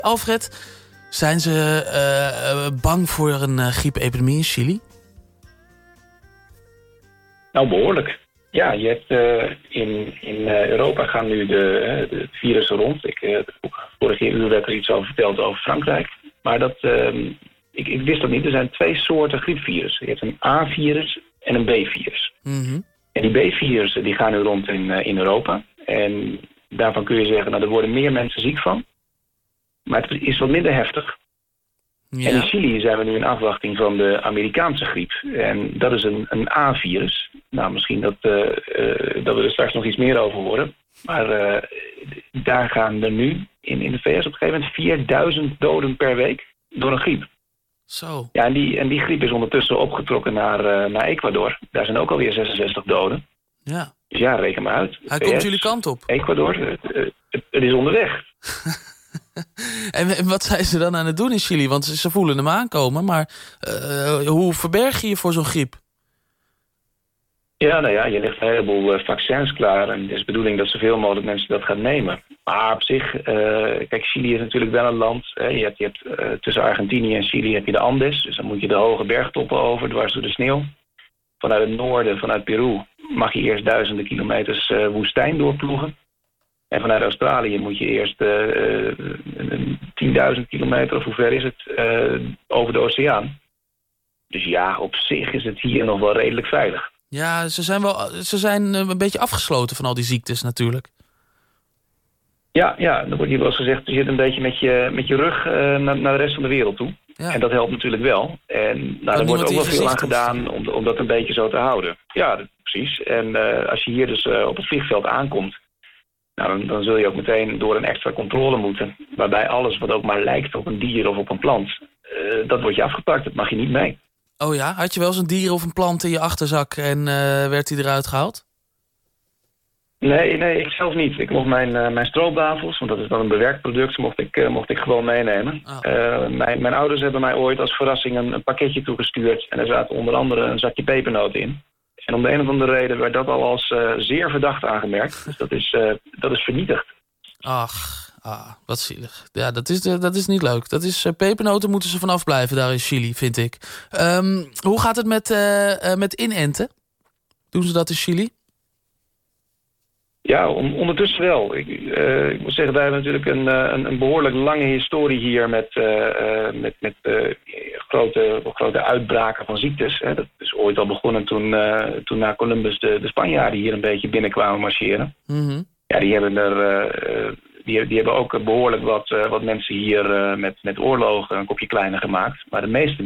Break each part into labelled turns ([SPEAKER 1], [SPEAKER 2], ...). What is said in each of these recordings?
[SPEAKER 1] Alfred, zijn ze bang voor een griepepidemie in Chili?
[SPEAKER 2] Nou, behoorlijk. Ja, je hebt in Europa gaan nu de virussen rond. Vorige uur werd er iets over verteld over Frankrijk. Maar ik wist dat niet. Er zijn 2 soorten griepvirussen. Je hebt een A-virus en een B-virus.
[SPEAKER 1] Mm-hmm.
[SPEAKER 2] En die B-virussen die gaan nu rond in Europa. En daarvan kun je zeggen, nou, er worden meer mensen ziek van. Maar het is wat minder heftig.
[SPEAKER 1] Ja.
[SPEAKER 2] En in Chili zijn we nu in afwachting van de Amerikaanse griep. En dat is een A-virus. Nou, misschien dat we er straks nog iets meer over horen. Maar daar gaan er nu in de VS op een gegeven moment 4000 doden per week door een griep.
[SPEAKER 1] Zo.
[SPEAKER 2] Ja, en die griep is ondertussen opgetrokken naar Ecuador. Daar zijn ook alweer 66 doden.
[SPEAKER 1] Ja.
[SPEAKER 2] Dus ja, reken maar uit.
[SPEAKER 1] Hij
[SPEAKER 2] VS,
[SPEAKER 1] komt jullie kant op.
[SPEAKER 2] Ecuador, het is onderweg.
[SPEAKER 1] En wat zijn ze dan aan het doen in Chili? Want ze voelen hem aankomen, maar hoe verberg je je voor zo'n griep?
[SPEAKER 2] Ja, nou ja, je legt een heleboel vaccins klaar. En het is de bedoeling dat zoveel mogelijk mensen dat gaan nemen. Maar op zich, kijk, Chili is natuurlijk wel een land. Je hebt tussen Argentinië en Chili heb je de Andes. Dus dan moet je de hoge bergtoppen over, dwars door de sneeuw. Vanuit het noorden, vanuit Peru, mag je eerst duizenden kilometers woestijn doorploegen. En vanuit Australië moet je eerst 10.000 kilometer, of hoe ver is het, over de oceaan. Dus ja, op zich is het hier nog wel redelijk veilig.
[SPEAKER 1] Ja, ze zijn een beetje afgesloten van al die ziektes natuurlijk.
[SPEAKER 2] Ja, dan wordt hier wel eens gezegd, je zit een beetje met je rug naar de rest van de wereld toe.
[SPEAKER 1] Ja.
[SPEAKER 2] En dat helpt natuurlijk wel. En er wordt ook wel veel aan gedaan om dat een beetje zo te houden. Ja, precies. En als je hier dus op het vliegveld aankomt, nou, dan zul je ook meteen door een extra controle moeten. Waarbij alles wat ook maar lijkt op een dier of op een plant, dat wordt je afgepakt. Dat mag je niet mee.
[SPEAKER 1] Oh ja? Had je wel eens een dier of een plant in je achterzak en werd die eruit gehaald?
[SPEAKER 2] Nee, ik zelf niet. Ik mocht mijn stroopwafels, want dat is dan een bewerkt product, mocht ik gewoon meenemen.
[SPEAKER 1] Oh.
[SPEAKER 2] Mijn ouders hebben mij ooit als verrassing een pakketje toegestuurd. En er zaten onder andere een zakje pepernoten in. En om de een of andere reden werd dat al als zeer verdacht aangemerkt. Dus dat is vernietigd.
[SPEAKER 1] Ach, wat zielig. Ja, dat is niet leuk. Dat is pepernoten moeten ze vanaf blijven daar in Chili, vind ik. Hoe gaat het met inenten? Doen ze dat in Chili?
[SPEAKER 2] Ja, ondertussen wel. Ik moet zeggen, wij hebben natuurlijk een behoorlijk lange historie hier met grote uitbraken van ziektes. Hè. Dat is ooit al begonnen toen na Columbus de Spanjaarden hier een beetje binnenkwamen marcheren.
[SPEAKER 1] Mm-hmm.
[SPEAKER 2] Ja, die hebben ook behoorlijk wat mensen hier met oorlogen een kopje kleiner gemaakt. Maar de meeste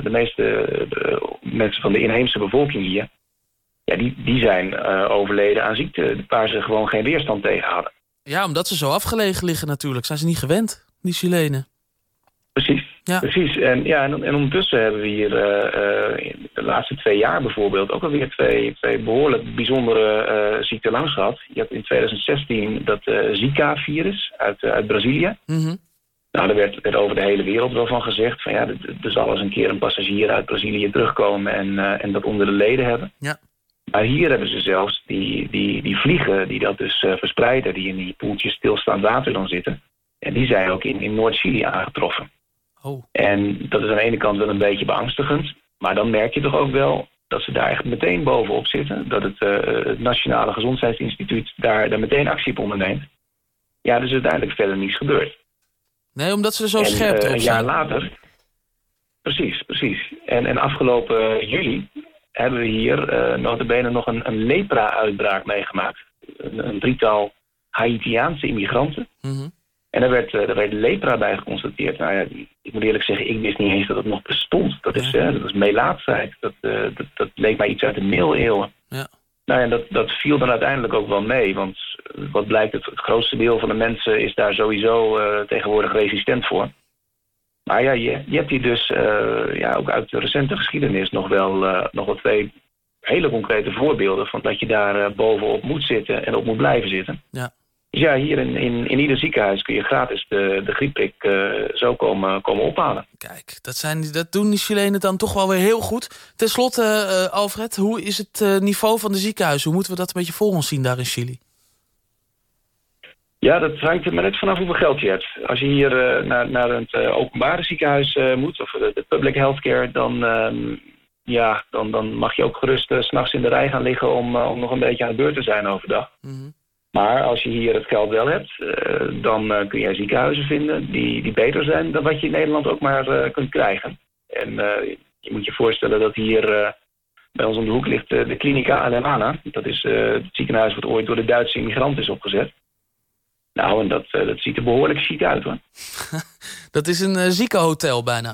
[SPEAKER 2] mensen van de inheemse bevolking hier, ja, die zijn overleden aan ziekte waar ze gewoon geen weerstand tegen hadden.
[SPEAKER 1] Ja, omdat ze zo afgelegen liggen natuurlijk. Zijn ze niet gewend, die Chilenen.
[SPEAKER 2] Precies,
[SPEAKER 1] ja.
[SPEAKER 2] Precies. En ondertussen hebben we hier in de laatste 2 jaar bijvoorbeeld ook alweer twee behoorlijk bijzondere ziekten langs gehad. Je had in 2016 dat Zika-virus uit Brazilië.
[SPEAKER 1] Mm-hmm.
[SPEAKER 2] Nou, er werd over de hele wereld wel van gezegd van ja, er zal eens een keer een passagier uit Brazilië terugkomen en dat onder de leden hebben.
[SPEAKER 1] Ja.
[SPEAKER 2] Maar hier hebben ze zelfs die vliegen die dat dus verspreiden, die in die poeltjes stilstaand water dan zitten. En die zijn ook in Noord-Chili aangetroffen.
[SPEAKER 1] Oh.
[SPEAKER 2] En dat is aan de ene kant wel een beetje beangstigend. Maar dan merk je toch ook wel dat ze daar echt meteen bovenop zitten. Dat het Nationale Gezondheidsinstituut daar meteen actie op onderneemt. Ja, dus uiteindelijk verder niets gebeurd.
[SPEAKER 1] Nee, omdat ze er zo scherp op zijn.
[SPEAKER 2] Een jaar later. Precies. En afgelopen juli hebben we hier nota bene nog een lepra-uitbraak meegemaakt. Een 3-tal Haitiaanse immigranten.
[SPEAKER 1] Mm-hmm.
[SPEAKER 2] En er werd lepra bij geconstateerd. Nou ja, ik moet eerlijk zeggen, ik wist niet eens dat het nog bestond. Dat is melaatsheid. Dat leek mij iets uit de middeleeuwen.
[SPEAKER 1] Ja.
[SPEAKER 2] Nou ja, dat viel dan uiteindelijk ook wel mee. Want wat blijkt, het grootste deel van de mensen is daar sowieso tegenwoordig resistent voor. Maar ja, je hebt hier dus ook uit de recente geschiedenis nog wel 2 hele concrete voorbeelden van dat je daar bovenop moet zitten en op moet blijven zitten.
[SPEAKER 1] Ja.
[SPEAKER 2] Dus ja, hier in ieder ziekenhuis kun je gratis de griepprik zo komen ophalen.
[SPEAKER 1] Kijk, dat doen die Chilenen dan toch wel weer heel goed. Ten slotte, Alfred, hoe is het niveau van de ziekenhuizen? Hoe moeten we dat een beetje voor ons zien daar in Chili?
[SPEAKER 2] Ja, dat hangt er maar net vanaf hoeveel geld je hebt. Als je hier naar het openbare ziekenhuis moet, of de public healthcare, dan mag je ook gerust 's nachts in de rij gaan liggen om nog een beetje aan de beurt te zijn overdag.
[SPEAKER 1] Mm-hmm.
[SPEAKER 2] Maar als je hier het geld wel hebt, dan kun je ziekenhuizen vinden die beter zijn dan wat je in Nederland ook maar kunt krijgen. En je moet je voorstellen dat hier bij ons om de hoek ligt de Klinika Alemana. Dat is het ziekenhuis wat ooit door de Duitse immigranten is opgezet. Nou, en dat ziet er behoorlijk chic uit, hoor.
[SPEAKER 1] Dat is een ziekenhotel bijna.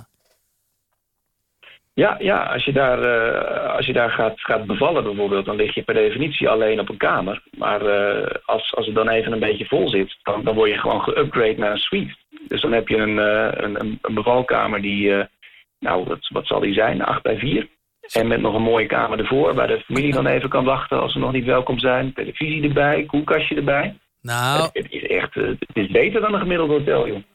[SPEAKER 2] Ja, als je daar gaat bevallen bijvoorbeeld, dan lig je per definitie alleen op een kamer. Maar als het dan even een beetje vol zit, dan word je gewoon geupgrade naar een suite. Dus dan heb je een bevalkamer die, wat zal die zijn, 8x4. En met nog een mooie kamer ervoor, waar de familie dan even kan wachten als ze nog niet welkom zijn. Televisie erbij, koelkastje erbij.
[SPEAKER 1] Nou,
[SPEAKER 2] Het is beter dan een gemiddeld hotel, joh.